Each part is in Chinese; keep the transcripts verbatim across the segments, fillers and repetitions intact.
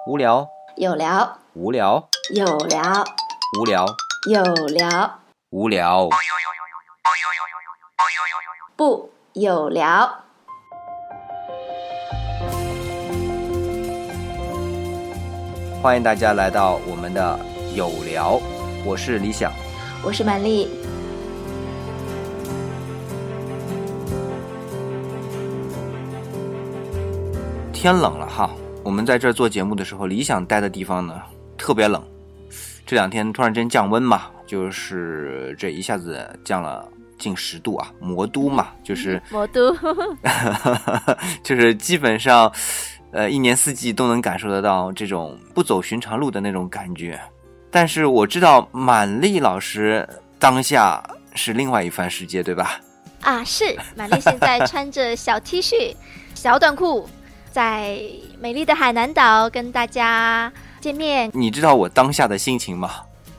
无聊， 有聊， 无聊， 有聊， 无聊， 有聊， 无聊， 不有聊。 欢迎大家来到我们的有聊，我是李想， 我是满丽。 天冷了哈，我们在这儿做节目的时候，理想待的地方呢特别冷，这两天突然间降温嘛，就是这一下子降了近十度啊，魔都嘛，就是魔都就是基本上呃一年四季都能感受得到这种不走寻常路的那种感觉。但是我知道满丽老师当下是另外一番世界，对吧？ 啊，是满丽现在穿着小 T 恤小短裤，在美丽的海南岛跟大家见面。 你知道我当下的心情吗？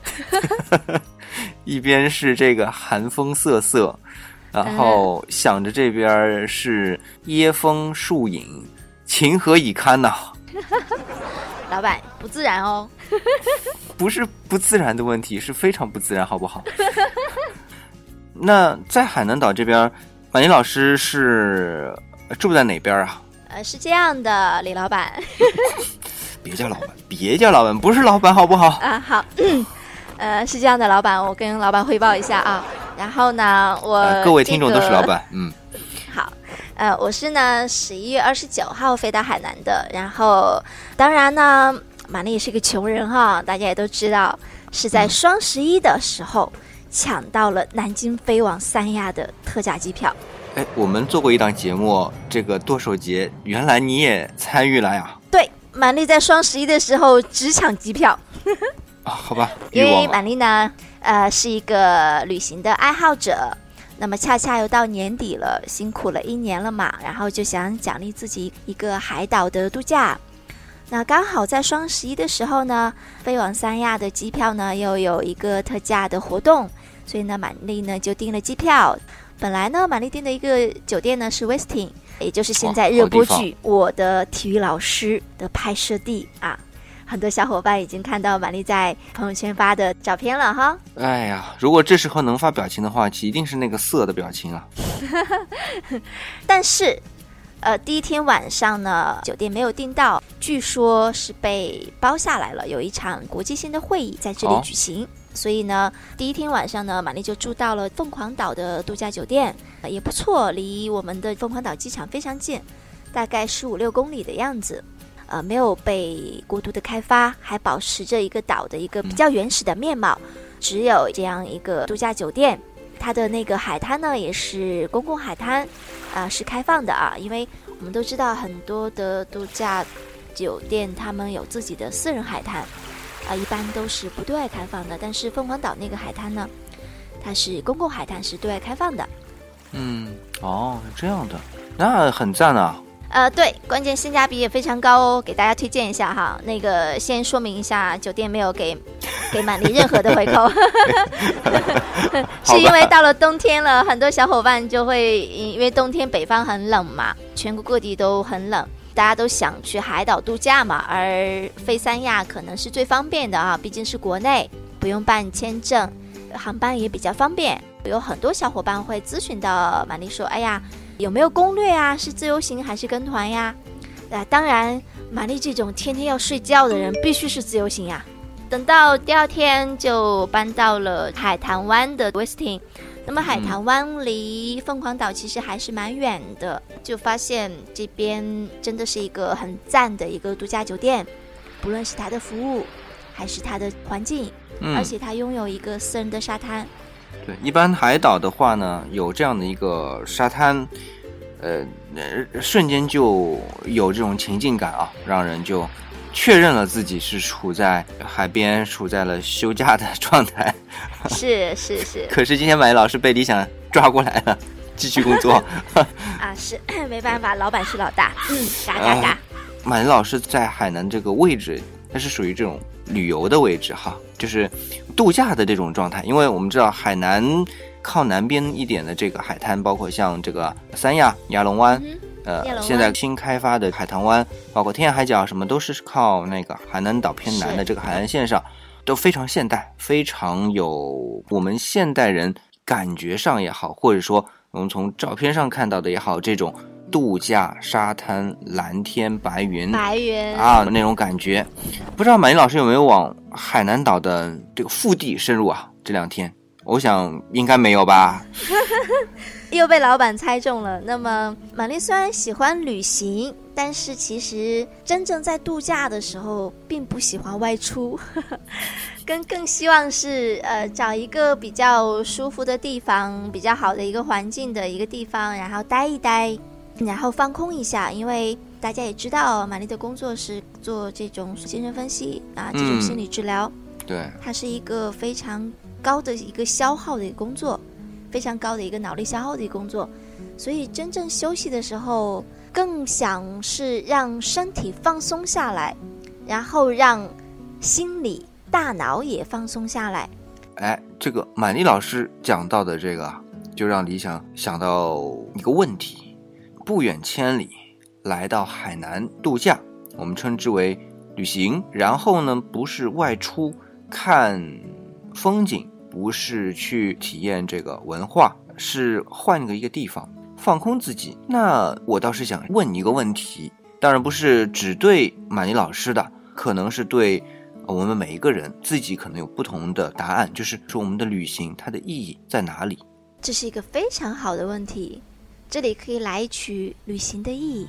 一边是这个寒风瑟瑟，然后想着这边是椰风树影，情何以堪呐、啊、 老板不自然哦。 不是不自然的问题，是非常不自然，好不好？那在海南岛这边，满丽老师是住在哪边啊？ 呃，是这样的，李老板。 别叫老板，别叫老板，不是老板，好不好？ 啊，好。嗯呃，是这样的，老板，我跟老板汇报一下啊。然后呢，我、 呃、各位听众都是老板，嗯。 好，呃，我是呢十一月二十九号飞到海南的，然后当然呢，满丽也是个穷人哈，大家也都知道，是在双十一的时候、嗯、抢到了南京飞往三亚的特价机票。 哎，我们做过一档节目，这个剁手节，原来你也参与了呀？ 对，满丽在双十一的时候只抢机票。 啊，好吧， 因为满丽呢，呃，是一个旅行的爱好者，那么恰恰又到年底了，辛苦了一年了嘛，然后就想奖励自己一个海岛的度假。那刚好在双十一的时候呢，飞往三亚的机票呢又有一个特价的活动，所以呢，满丽呢就订了机票。本来呢，满丽订的一个酒店呢是 Westin， 也就是现在热播剧《我的体育老师》的拍摄地啊。很多小伙伴已经看到满丽在朋友圈发的照片了哈。 哎呀，如果这时候能发表情的话，一定是那个色的表情啊。 但是呃，第一天晚上呢，酒店没有订到，据说是被包下来了，有一场国际性的会议在这里举行、哦、所以呢，第一天晚上呢，满丽就住到了凤凰岛的度假酒店、呃、也不错，离我们的凤凰岛机场非常近，大概十五六公里的样子，呃，没有被过度的开发，还保持着一个岛的一个比较原始的面貌、嗯、只有这样一个度假酒店，它的那个海滩呢也是公共海滩啊、呃，是开放的啊，因为我们都知道很多的度假酒店他们有自己的私人海滩啊、呃，一般都是不对外开放的，但是凤凰岛那个海滩呢，它是公共海滩，是对外开放的。 嗯，哦，是这样的，那很赞啊。 呃，对，关键性价比也非常高哦，给大家推荐一下哈。那个先说明一下，酒店没有给给满丽任何的回扣，是因为到了冬天了，很多小伙伴就会因为冬天北方很冷嘛，全国各地都很冷，大家都想去海岛度假嘛，而飞三亚可能是最方便的啊，毕竟是国内，不用办签证，航班也比较方便。有很多小伙伴会咨询到满丽说，哎呀，有没有攻略啊？是自由行还是跟团呀？呃，当然，满丽这种天天要睡觉的人必须是自由行呀。等到第二天就搬到了海棠湾的 Westin， 那么海棠湾离凤凰岛其实还是蛮远的，就发现这边真的是一个很赞的一个度假酒店，不论是它的服务还是它的环境、嗯、而且它拥有一个私人的沙滩。 对，一般海岛的话呢，有这样的一个沙滩，呃，瞬间就有这种情境感啊，让人就确认了自己是处在海边，处在了休假的状态。 是是是。 可是今天满丽老师被理想抓过来了，继续工作。 啊，是没办法，老板是老大。嗯，嘎嘎嘎。 满丽老师在海南这个位置，它是属于这种旅游的位置哈，就是度假的这种状态。因为我们知道海南靠南边一点的这个海滩，包括像这个三亚、亚龙湾、 呃叶龙湾现在新开发的海棠湾，包括天涯海角什么，都是靠那个海南岛偏南的这个海岸线上，都非常现代，非常有我们现代人感觉上也好，或者说我们从照片上看到的也好，这种度假沙滩蓝天白云白云啊那种感觉。不知道满意老师有没有往海南岛的这个腹地深入啊？这两天我想应该没有吧。 又被老板猜中了。那么满丽虽然喜欢旅行，但是其实真正在度假的时候并不喜欢外出更更希望是呃找一个比较舒服的地方，比较好的一个环境的一个地方，然后待一待，然后放空一下。因为大家也知道满丽的工作是做这种精神分析啊，这种心理治疗、 嗯、对， 它是一个非常高的一个消耗的一个工作，非常高的一个脑力消耗的一个工作，所以真正休息的时候更想是让身体放松下来，然后让心理大脑也放松下来。 哎，这个满丽老师讲到的这个就让李想想到一个问题，不远千里来到海南度假，我们称之为旅行，然后呢不是外出看风景，不是去体验这个文化，是换个一个地方放空自己。那我倒是想问你一个问题，当然不是只对满丽老师的，可能是对我们每一个人自己可能有不同的答案，就是说我们的旅行它的意义在哪里？ 这是一个非常好的问题，这里可以来一曲旅行的意义。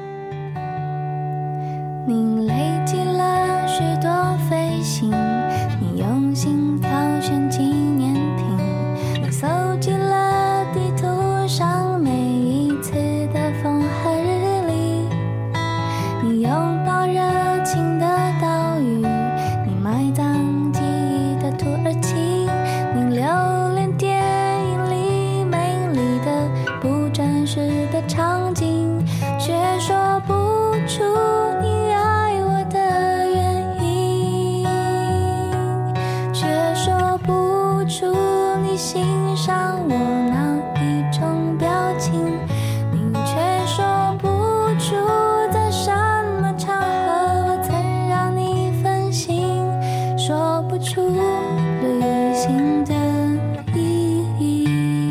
你累积了许多飞行，你用心挑选纪念品，你搜集了地图上每一次的风和日丽，你拥抱热情的岛屿，你埋葬记忆的土耳其，你留恋电影里美丽的不真实的场景，却说不出你爱我的原因，却说不出你欣赏我哪一种表情，你却说不出在什么场合我曾让你分心，说不出旅行的意义。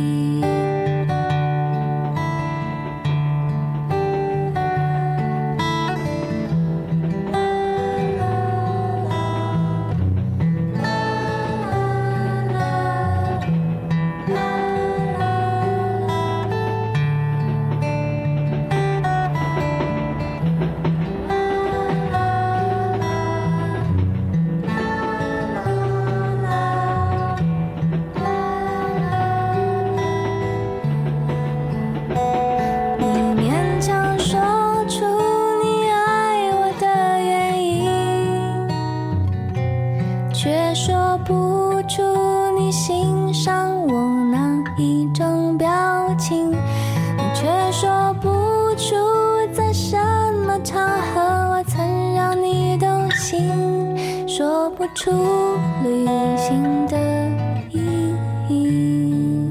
说不出旅行的意义，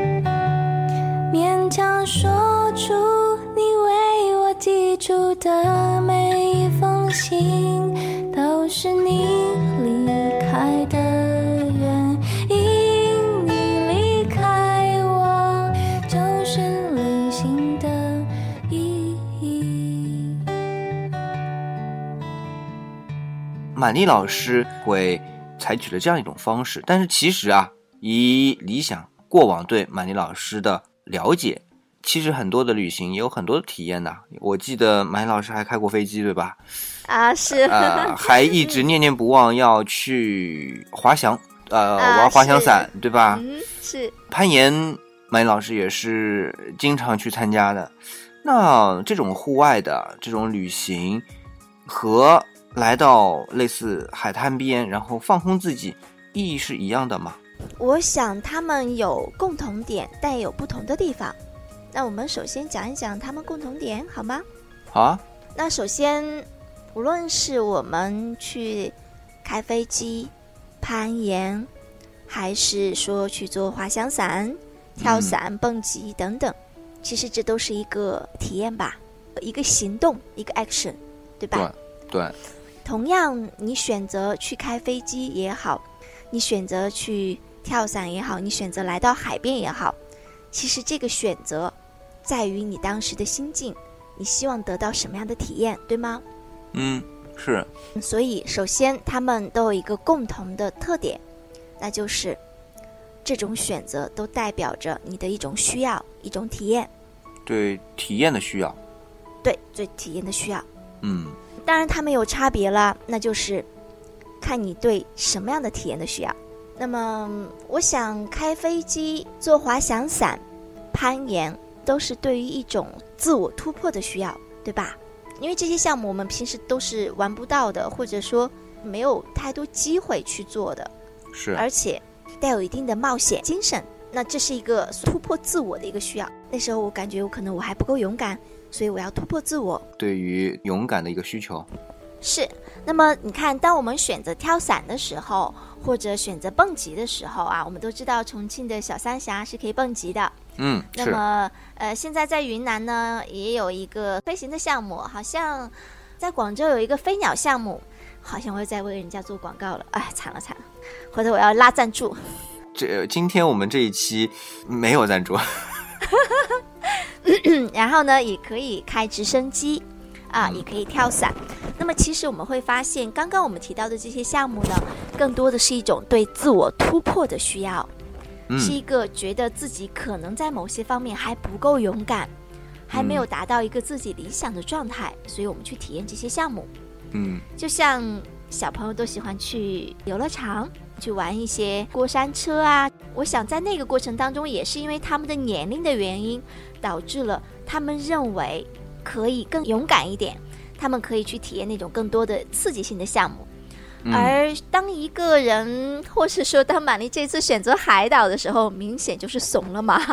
勉强说出你为我寄出的每一封信，都是你离开的原因，你离开我就是旅行的意义。 满丽老师会采取了这样一种方式，但是其实啊，以理想过往对满丽老师的了解，其实很多的旅行也有很多的体验的。我记得满丽老师还开过飞机，对吧？ 啊，是， 呃，还一直念念不忘要去滑翔，呃， 啊、 玩滑翔伞，对吧？ 嗯，是。 攀岩，满丽老师也是经常去参加的。那这种户外的这种旅行和来到类似海滩边然后放空自己意义是一样的吗？ 我想他们有共同点，但也有不同的地方。那我们首先讲一讲他们共同点好吗？ 好啊。 那首先无论是我们去开飞机、攀岩，还是说去做滑翔伞、跳伞、蹦极等等， 其实这都是一个体验吧，一个行动，一个 action， 对吧？ 对对。 同样，你选择去开飞机也好，你选择去跳伞也好，你选择来到海边也好，其实这个选择在于你当时的心境，你希望得到什么样的体验，对吗？ 嗯，是。 所以首先他们都有一个共同的特点，那就是这种选择都代表着你的一种需要，一种体验。 对体验的需要。 对，对体验的需要。 嗯， 当然他们有差别了，那就是看你对什么样的体验的需要。那么我想开飞机、坐滑翔伞、攀岩都是对于一种自我突破的需要，对吧？因为这些项目我们平时都是玩不到的，或者说没有太多机会去做的， 是， 而且带有一定的冒险精神，那这是一个突破自我的一个需要。那时候我感觉我可能我还不够勇敢，所以我要突破自我， 对于勇敢的一个需求。 是。那么你看，当我们选择跳伞的时候，或者选择蹦极的时候啊，我们都知道重庆的小三峡是可以蹦极的。 嗯， 那么呃，现在在云南呢也有一个飞行的项目，好像在广州有一个飞鸟项目，好像我又在为人家做广告了，哎，惨了惨了，回头我要拉赞助。 这今天我们这一期没有赞助。 然后呢，也可以开直升机啊，也可以跳伞。那么其实我们会发现，刚刚我们提到的这些项目呢，更多的是一种对自我突破的需要， 嗯、 是一个觉得自己可能在某些方面还不够勇敢，还没有达到一个自己理想的状态，嗯、所以我们去体验这些项目。 嗯， 就像小朋友都喜欢去游乐场去玩一些过山车啊，我想在那个过程当中，也是因为他们的年龄的原因，导致了他们认为可以更勇敢一点，他们可以去体验那种更多的刺激性的项目。嗯、而当一个人，或是说当玛丽这次选择海岛的时候，明显就是怂了嘛。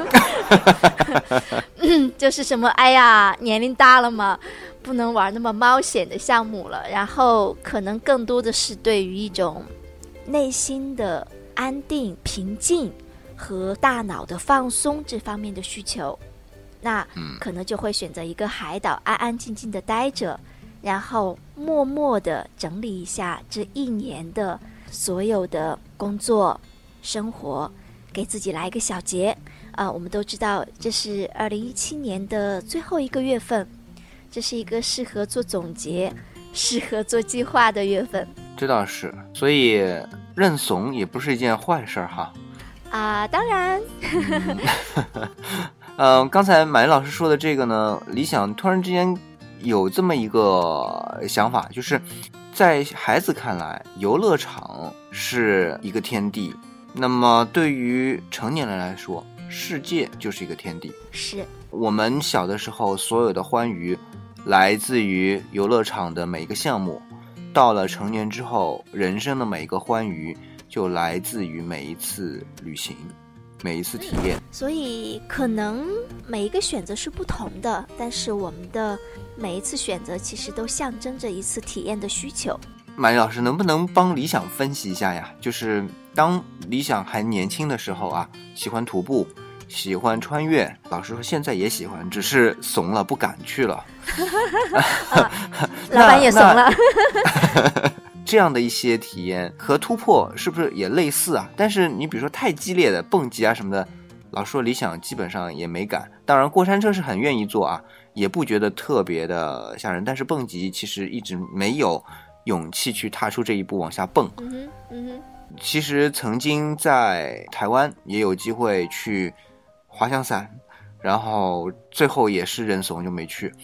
嗯，就是什么，哎呀，年龄大了嘛，不能玩那么冒险的项目了，然后可能更多的是对于一种内心的安定、平静和大脑的放松这方面的需求，那可能就会选择一个海岛，安安静静的待着，然后默默的整理一下这一年的所有的工作、生活，给自己来一个小结。啊、呃，我们都知道这是二零一七年的最后一个月份，这是一个适合做总结、适合做计划的月份。 这倒是，所以认怂也不是一件坏事哈。 啊、呃，当然。 嗯、呃，刚才马丽老师说的这个呢，理想突然之间有这么一个想法，就是在孩子看来，游乐场是一个天地，那么对于成年人来说，世界就是一个天地。 是我们小的时候所有的欢愉来自于游乐场的每一个项目，到了成年之后，人生的每一个欢愉就来自于每一次旅行，每一次体验。 所以可能每一个选择是不同的，但是我们的每一次选择其实都象征着一次体验的需求。 马丽老师能不能帮理想分析一下呀？就是当理想还年轻的时候啊，喜欢徒步，喜欢穿越，老实说现在也喜欢，只是怂了，不敢去了。 啊、老板也怂了。 这样的一些体验和突破是不是也类似啊？但是你比如说太激烈的蹦极啊什么的，老说理想基本上也没敢。当然过山车是很愿意做啊，也不觉得特别的吓人，但是蹦极其实一直没有勇气去踏出这一步往下蹦。 嗯哼，嗯哼。 其实曾经在台湾也有机会去滑翔伞，然后最后也是认怂就没去。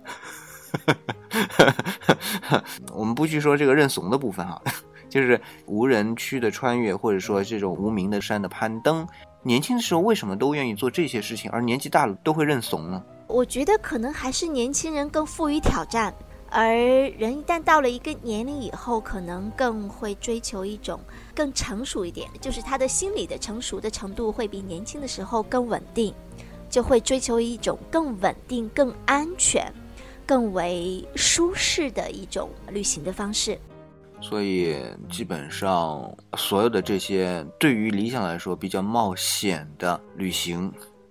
我们不去说这个认怂的部分哈，就是无人区的穿越，或者说这种无名的山的攀登，年轻的时候为什么都愿意做这些事情，而年纪大了都会认怂呢？ 我觉得可能还是年轻人更富于挑战，而人一旦到了一个年龄以后，可能更会追求一种更成熟一点，就是他的心理的成熟的程度会比年轻的时候更稳定，就会追求一种更稳定、更安全、更为舒适的一种旅行的方式。 所以基本上所有的这些对于理想来说比较冒险的旅行，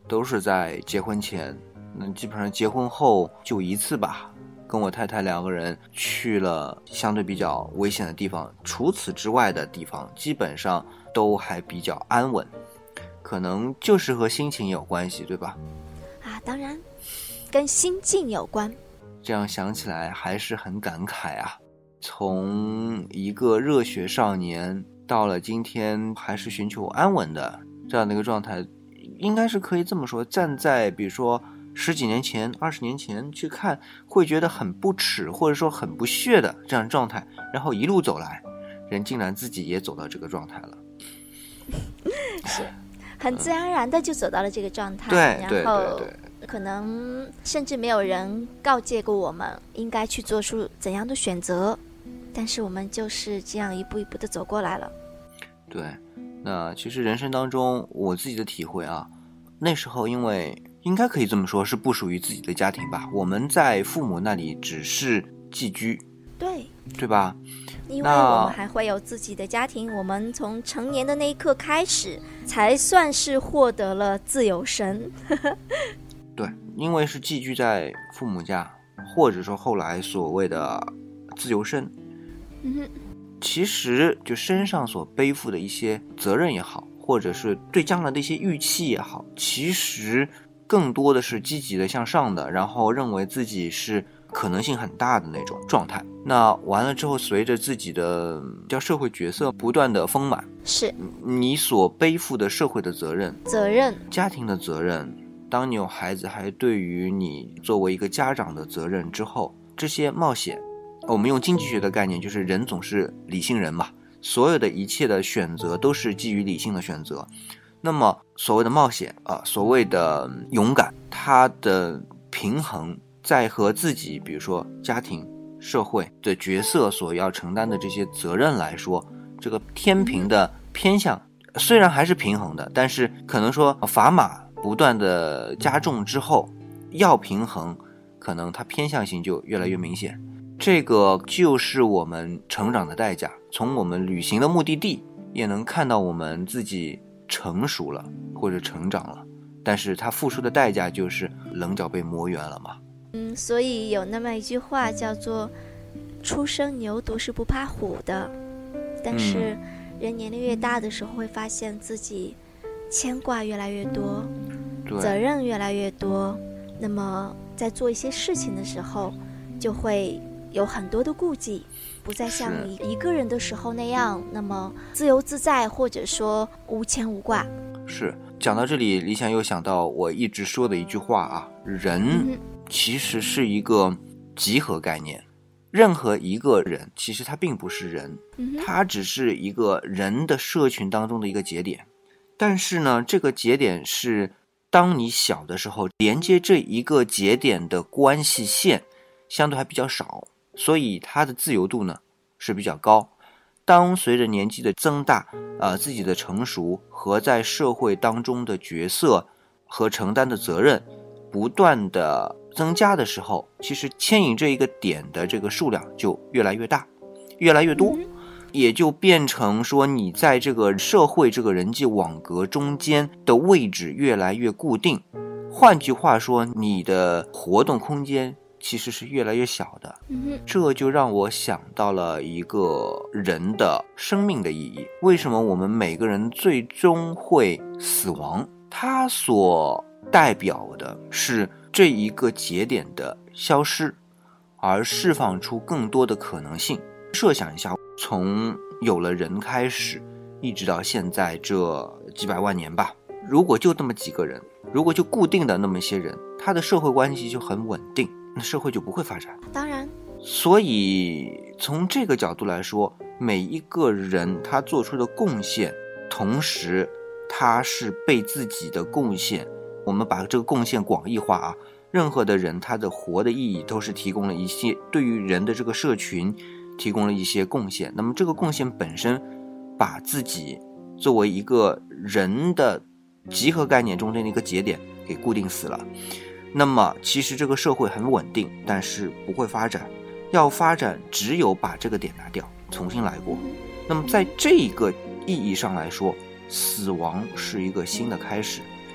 都是在结婚前，那基本上结婚后就一次吧，跟我太太两个人去了相对比较危险的地方，除此之外的地方基本上都还比较安稳，可能就是和心情有关系，对吧？ 啊，当然跟心境有关。 这样想起来还是很感慨啊，从一个热血少年到了今天还是寻求安稳的这样的一个状态，应该是可以这么说，站在比如说十几年前二十年前去看，会觉得很不耻或者说很不屑的这样的状态，然后一路走来，人竟然自己也走到这个状态了。 是很自然而然的就走到了这个状态， 对对然后对对， 可能甚至没有人告诫过我们应该去做出怎样的选择，但是我们就是这样一步一步的走过来了。 对，那其实人生当中我自己的体会啊，那时候因为应该可以这么说是不属于自己的家庭吧，我们在父母那里只是寄居， 对对吧？ 因为我们还会有自己的家庭，我们从成年的那一刻开始才算是获得了自由身。 对，因为是寄居在父母家，或者说后来所谓的自由身， 嗯哼， 其实就身上所背负的一些责任也好，或者是对将来的一些预期也好，其实更多的是积极的向上的，然后认为自己是可能性很大的那种状态。那完了之后，随着自己的叫社会角色不断的丰满， 是你所背负的社会的责任、 责任、 家庭的责任，当你有孩子，还对于你作为一个家长的责任之后，这些冒险，我们用经济学的概念，就是人总是理性人嘛，所有的一切的选择都是基于理性的选择。那么所谓的冒险啊，所谓的勇敢，它的平衡在和自己比如说家庭社会的角色所要承担的这些责任来说，这个天平的偏向虽然还是平衡的，但是可能说砝码不断的加重之后，要平衡可能它偏向性就越来越明显。这个就是我们成长的代价，从我们旅行的目的地也能看到我们自己成熟了或者成长了，但是它付出的代价就是棱角被磨圆了嘛。 嗯，所以有那么一句话叫做初生牛犊是不怕虎的，但是人年龄越大的时候会发现自己牵挂越来越多，责任越来越多，那么在做一些事情的时候就会有很多的顾忌，不再像一个人的时候那样那么自由自在，或者说无牵无挂。 是，讲到这里，李想又想到我一直说的一句话啊，人其实是一个集合概念，任何一个人其实他并不是人，他只是一个人的社群当中的一个节点，但是呢，这个节点是当你小的时候连接这一个节点的关系线相对还比较少，所以它的自由度呢是比较高。当随着年纪的增大，呃，自己的成熟和在社会当中的角色和承担的责任不断的增加的时候，其实牵引这一个点的这个数量就越来越大，越来越多，也就变成说你在这个社会这个人际网格中间的位置越来越固定。换句话说，你的活动空间其实是越来越小的，这就让我想到了一个人的生命的意义。为什么我们每个人最终会死亡？它所代表的是这一个节点的消失，而释放出更多的可能性。设想一下，从有了人开始，一直到现在这几百万年吧，如果就那么几个人，如果就固定的那么一些人，他的社会关系就很稳定，那社会就不会发展。 当然， 所以从这个角度来说，每一个人他做出的贡献，同时他是被自己的贡献，我们把这个贡献广义化啊，任何的人他的活的意义都是提供了一些对于人的这个社群提供了一些贡献，那么这个贡献本身把自己作为一个人的集合概念中间的一个节点给固定死了。那么其实这个社会很稳定，但是不会发展，要发展只有把这个点拿掉，重新来过。那么在这个意义上来说，死亡是一个新的开始，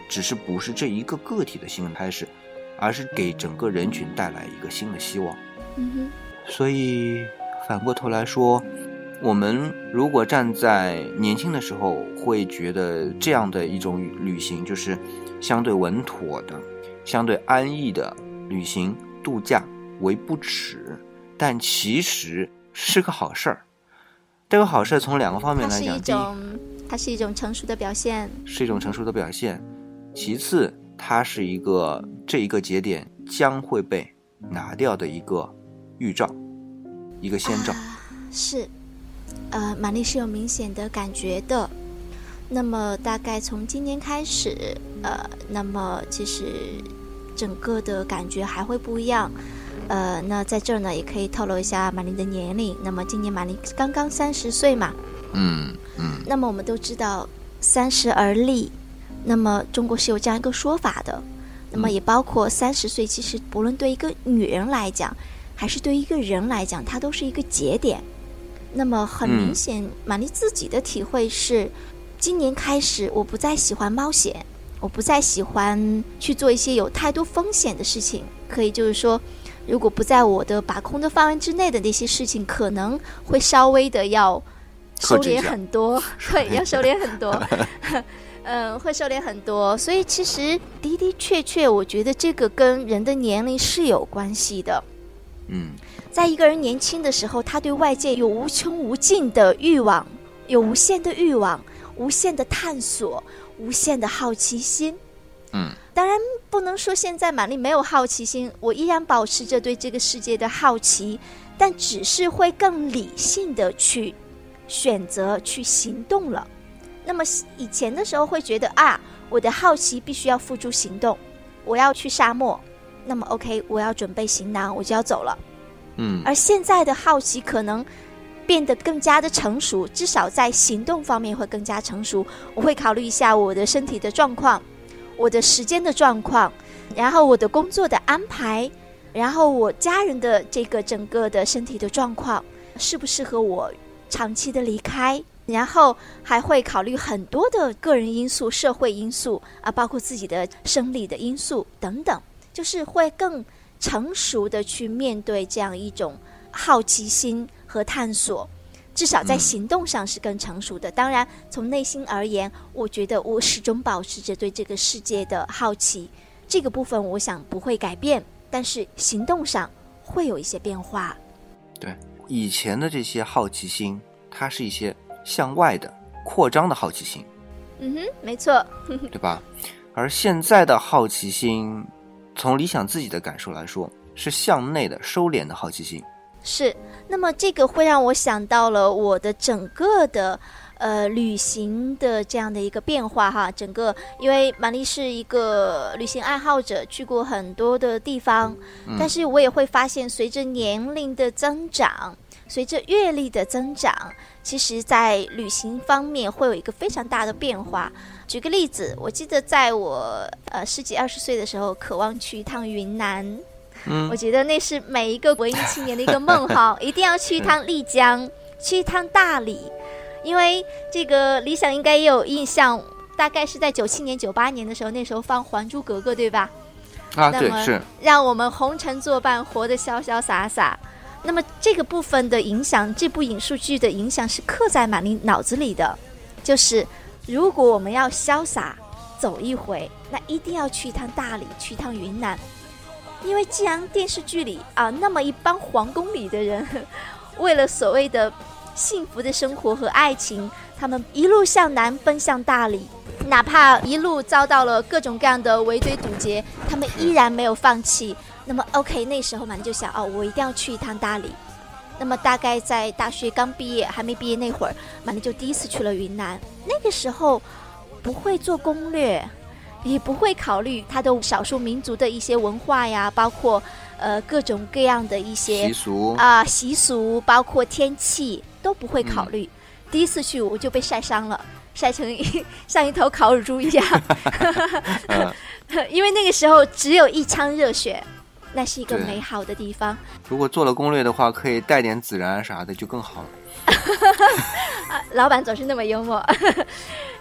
只是不是这一个个体的新的开始，而是给整个人群带来一个新的希望。 嗯哼， 所以反过头来说，我们如果站在年轻的时候，会觉得这样的一种旅行就是相对稳妥的、相对安逸的旅行度假为不耻，但其实是个好事儿。这个好事从两个方面来讲， 它是一种它是一种成熟的表现， 是一种成熟的表现。其次，它是一个这一个节点将会被拿掉的一个预兆，一个先兆。 啊、是，呃，玛丽是有明显的感觉的。那么大概从今年开始，呃，那么其实整个的感觉还会不一样。呃，那在这儿呢，也可以透露一下玛丽的年龄。那么今年玛丽刚刚三十岁嘛， 嗯嗯。 那么我们都知道三十而立，那么中国是有这样一个说法的。那么也包括三十岁，其实不论对一个女人来讲，还是对一个人来讲，它都是一个节点。那么很明显，玛丽自己的体会是，今年开始我不再喜欢冒险，我不再喜欢去做一些有太多风险的事情。可以就是说，如果不在我的把控的范围之内的那些事情，可能会稍微的要收敛很多，对，要收敛很多，嗯，会收敛很多。所以其实的的确确，我觉得这个跟人的年龄是有关系的。 嗯， 在一个人年轻的时候，他对外界有无穷无尽的欲望，有无限的欲望，无限的探索，无限的好奇心。 嗯， 当然不能说现在玛丽没有好奇心，我依然保持着对这个世界的好奇，但只是会更理性的去选择去行动了。那么以前的时候会觉得啊，我的好奇必须要付诸行动，我要去沙漠，那么 OK， 我要准备行囊，我就要走了。 嗯， 而现在的好奇可能变得更加的成熟，至少在行动方面会更加成熟。我会考虑一下我的身体的状况，我的时间的状况，然后我的工作的安排，然后我家人的这个整个的身体的状况，适不适合我长期的离开，然后还会考虑很多的个人因素、社会因素啊，包括自己的生理的因素等等，就是会更成熟的去面对这样一种好奇心和探索，至少在行动上是更成熟的。当然从内心而言，我觉得我始终保持着对这个世界的好奇，这个部分我想不会改变，但是行动上会有一些变化。 对，以前的这些好奇心，它是一些向外的扩张的好奇心， 嗯哼，没错对吧？而现在的好奇心，从理想自己的感受来说，是向内的收敛的好奇心。 是，那么这个会让我想到了我的整个的呃旅行的这样的一个变化哈。整个因为玛丽是一个旅行爱好者，去过很多的地方， 嗯、 但是我也会发现，随着年龄的增长，随着阅历的增长，其实在旅行方面会有一个非常大的变化。举个例子，我记得在我呃十几二十岁的时候，渴望去一趟云南。 嗯， 我觉得那是每一个文艺青年的一个梦哈，一定要去一趟丽江，去一趟大理，因为这个理想应该也有印象，大概是在九七年、九八年的时候，那时候放《还珠格格》，对吧？ 啊，对，是让我们红尘作伴，活得潇潇洒洒。那么这个部分的影响，这部影视剧的影响是刻在玛丽脑子里的，就是如果我们要潇洒走一回，那一定要去一趟大理，去一趟云南。因为既然电视剧里啊，那么一帮皇宫里的人为了所谓的幸福的生活和爱情，他们一路向南奔向大理，哪怕一路遭到了各种各样的围堆堵截，他们依然没有放弃。那么 OK， 那时候嘛，你就想哦，我一定要去一趟大理。那么大概在大学刚毕业还没毕业那会儿，玛丽就第一次去了云南。那个时候不会做攻略，也不会考虑它的少数民族的一些文化呀，包括呃各种各样的一些习俗啊、呃、习俗，包括天气都不会考虑。嗯、第一次去我就被晒伤了，晒成一像一头烤乳猪一样，因为那个时候只有一腔热血。那是一个美好的地方。 如果做了攻略的话，可以带点孜然啥的就更好了。 啊、老板总是那么幽默。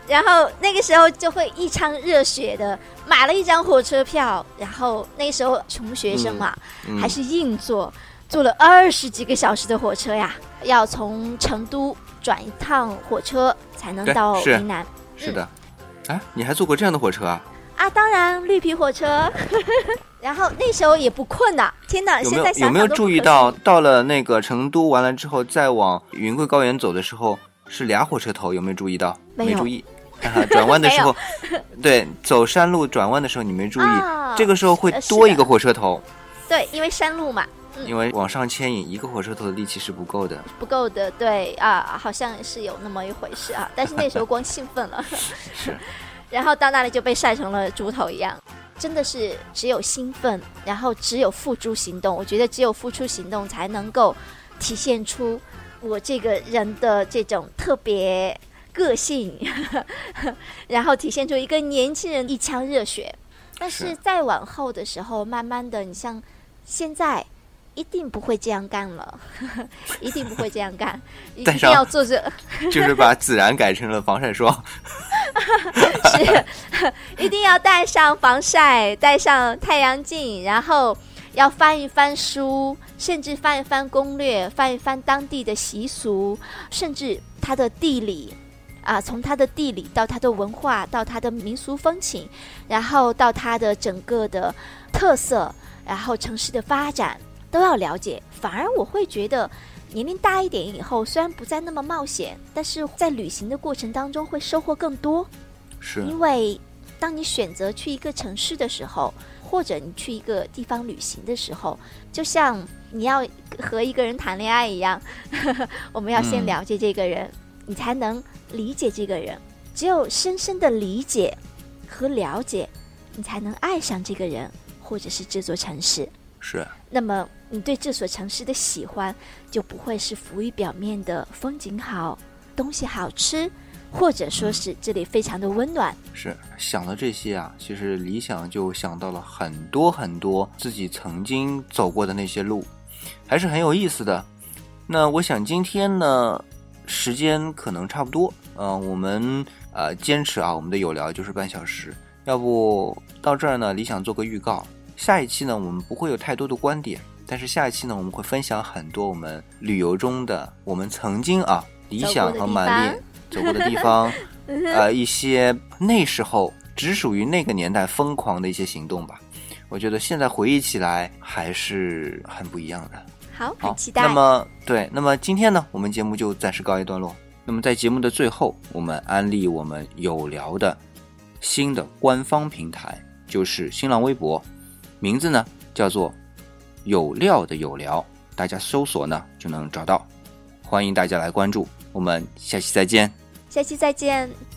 然后那个时候就会一腔热血的买了一张火车票，然后那时候穷学生嘛，嗯嗯、还是硬座，坐了二十几个小时的火车呀，要从成都转一趟火车才能到云南。 是, 是的，哎、嗯，你还坐过这样的火车啊？ 啊，当然，绿皮火车。然后那时候也不困呐，天哪！ 有没有现在想想有没有注意到，到了那个成都完了之后，再往云贵高原走的时候是俩火车头？有没有注意到？ 没有， 没注意。转弯的时候，对，走山路转弯的时候你没注意，哦、这个时候会多一个火车头。 对，因为山路嘛。 嗯、因为往上牵引一个火车头的力气是不够的， 不够的，对啊，好像是有那么一回事啊。但是那时候光兴奋了， 是， 然后到那里就被晒成了猪头一样。真的是只有兴奋，然后只有付诸行动。我觉得只有付出行动，才能够体现出我这个人的这种特别个性，然后体现出一个年轻人一腔热血。但是再往后的时候，慢慢的，你像现在一定不会这样干了，一定不会这样干，一定要做着， 就是把孜然改成了防晒霜。 是，一定要带上防晒，带上太阳镜，然后要翻一翻书，甚至翻一翻攻略，翻一翻当地的习俗，甚至它的地理啊，从它的地理到它的文化，到它的民俗风情，然后到它的整个的特色，然后城市的发展都要了解。反而我会觉得年龄大一点以后，虽然不再那么冒险，但是在旅行的过程当中会收获更多。 是， 因为当你选择去一个城市的时候，或者你去一个地方旅行的时候，就像你要和一个人谈恋爱一样，呵呵，我们要先了解这个人，嗯，你才能理解这个人。只有深深的理解和了解，你才能爱上这个人，或者是这座城市。 是， 那么你对这所城市的喜欢就不会是浮于表面的风景好，东西好吃，或者说是这里非常的温暖。 是，想了这些啊，其实理想就想到了很多很多自己曾经走过的那些路，还是很有意思的。那我想今天呢，时间可能差不多，呃，我们呃坚持啊，我们的有聊就是半小时，要不到这儿呢，理想做个预告。下一期呢，我们不会有太多的观点，但是下一期呢，我们会分享很多我们旅游中的我们曾经啊，理想和满丽走过的地方，呃，一些那时候只属于那个年代疯狂的一些行动吧。我觉得现在回忆起来还是很不一样的。 好，很期待。 那么，对，那么今天呢，我们节目就暂时告一段落。那么在节目的最后，我们安利我们有聊的新的官方平台，就是新浪微博。名字呢叫做有料的有聊，大家搜索呢就能找到，欢迎大家来关注，我们下期再见。 下期再见。